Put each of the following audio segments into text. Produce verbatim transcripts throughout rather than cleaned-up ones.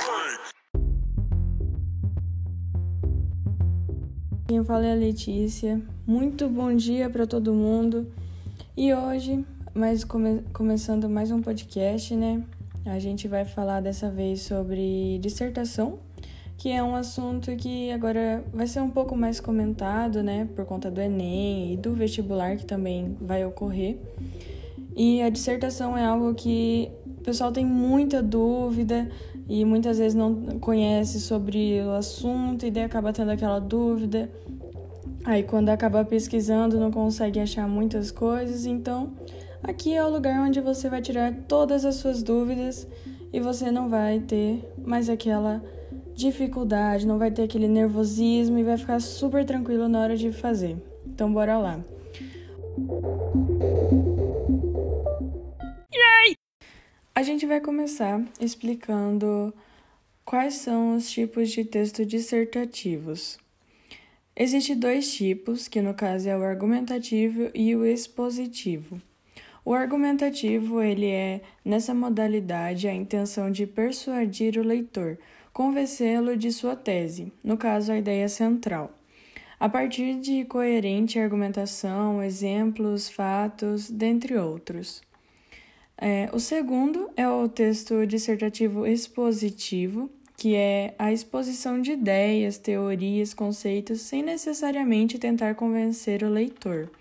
Quem fala é a Letícia. Muito bom dia para todo mundo. E hoje, mais come- começando mais um podcast, né? A gente vai falar dessa vez sobre dissertação, que é um assunto que agora vai ser um pouco mais comentado, né? Por conta do Enem e do vestibular que também vai ocorrer. E a dissertação é algo que o pessoal tem muita dúvida e muitas vezes não conhece sobre o assunto e daí acaba tendo aquela dúvida. Aí quando acaba pesquisando não consegue achar muitas coisas, então aqui é o lugar onde você vai tirar todas as suas dúvidas e você não vai ter mais aquela dificuldade, não vai ter aquele nervosismo e vai ficar super tranquilo na hora de fazer. Então bora lá. A gente vai começar explicando quais são os tipos de texto dissertativos. Existem dois tipos, que no caso é o argumentativo e o expositivo. O argumentativo, ele é, nessa modalidade, a intenção de persuadir o leitor, convencê-lo de sua tese, no caso a ideia central, a partir de coerente argumentação, exemplos, fatos, dentre outros. É, o segundo é o texto dissertativo expositivo, que é a exposição de ideias, teorias, conceitos, sem necessariamente tentar convencer o leitor.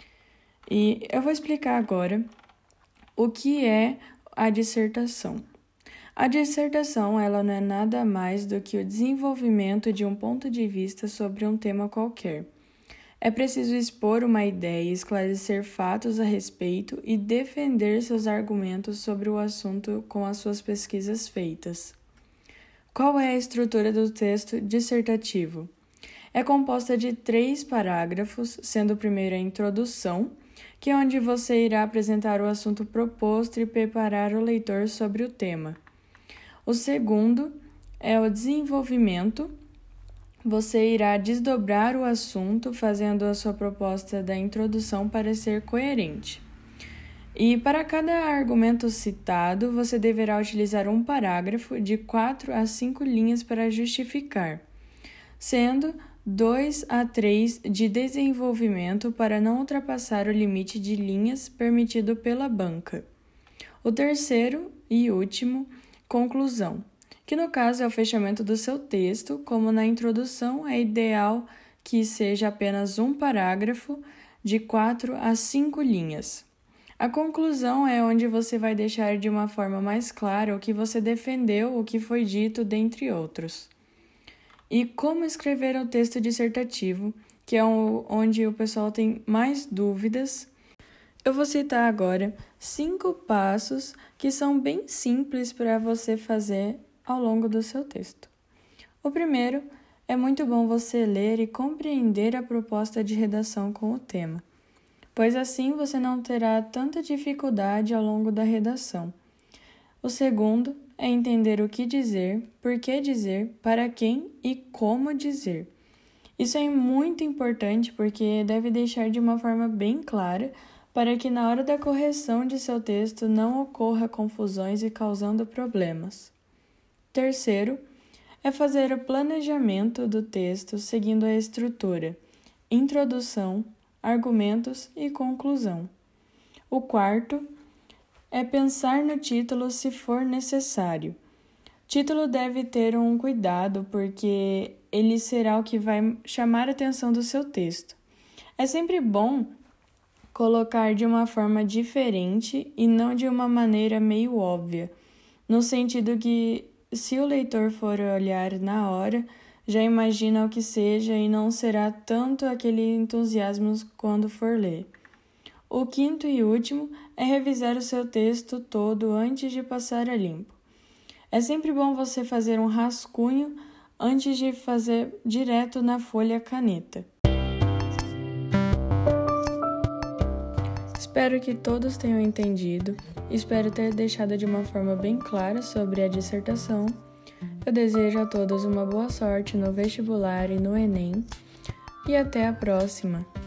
E eu vou explicar agora o que é a dissertação. A dissertação, ela não é nada mais do que o desenvolvimento de um ponto de vista sobre um tema qualquer. É preciso expor uma ideia, esclarecer fatos a respeito e defender seus argumentos sobre o assunto com as suas pesquisas feitas. Qual é a estrutura do texto dissertativo? É composta de três parágrafos, sendo o primeiro a introdução, que é onde você irá apresentar o assunto proposto e preparar o leitor sobre o tema. O segundo é o desenvolvimento. Você irá desdobrar o assunto, fazendo a sua proposta da introdução parecer coerente. E para cada argumento citado, você deverá utilizar um parágrafo de quatro a cinco linhas para justificar, sendo dois a três de desenvolvimento para não ultrapassar o limite de linhas permitido pela banca. O terceiro e último, conclusão, que no caso é o fechamento do seu texto, como na introdução é ideal que seja apenas um parágrafo de quatro a cinco linhas. A conclusão é onde você vai deixar de uma forma mais clara o que você defendeu, o que foi dito, dentre outros. E como escrever um texto dissertativo, que é onde o pessoal tem mais dúvidas. Eu vou citar agora cinco passos que são bem simples para você fazer ao longo do seu texto. O primeiro, é muito bom você ler e compreender a proposta de redação com o tema, pois assim você não terá tanta dificuldade ao longo da redação. O segundo é entender o que dizer, por que dizer, para quem e como dizer. Isso é muito importante porque deve deixar de uma forma bem clara para que na hora da correção de seu texto não ocorra confusões e causando problemas. Terceiro, é fazer o planejamento do texto seguindo a estrutura, introdução, argumentos e conclusão. O quarto é pensar no título se for necessário. Título deve ter um cuidado porque ele será o que vai chamar a atenção do seu texto. É sempre bom colocar de uma forma diferente e não de uma maneira meio óbvia, no sentido que se o leitor for olhar na hora, já imagina o que seja e não será tanto aquele entusiasmo quando for ler. O quinto e último é revisar o seu texto todo antes de passar a limpo. É sempre bom você fazer um rascunho antes de fazer direto na folha caneta. Espero que todos tenham entendido. Espero ter deixado de uma forma bem clara sobre a dissertação. Eu desejo a todos uma boa sorte no vestibular e no Enem. E até a próxima!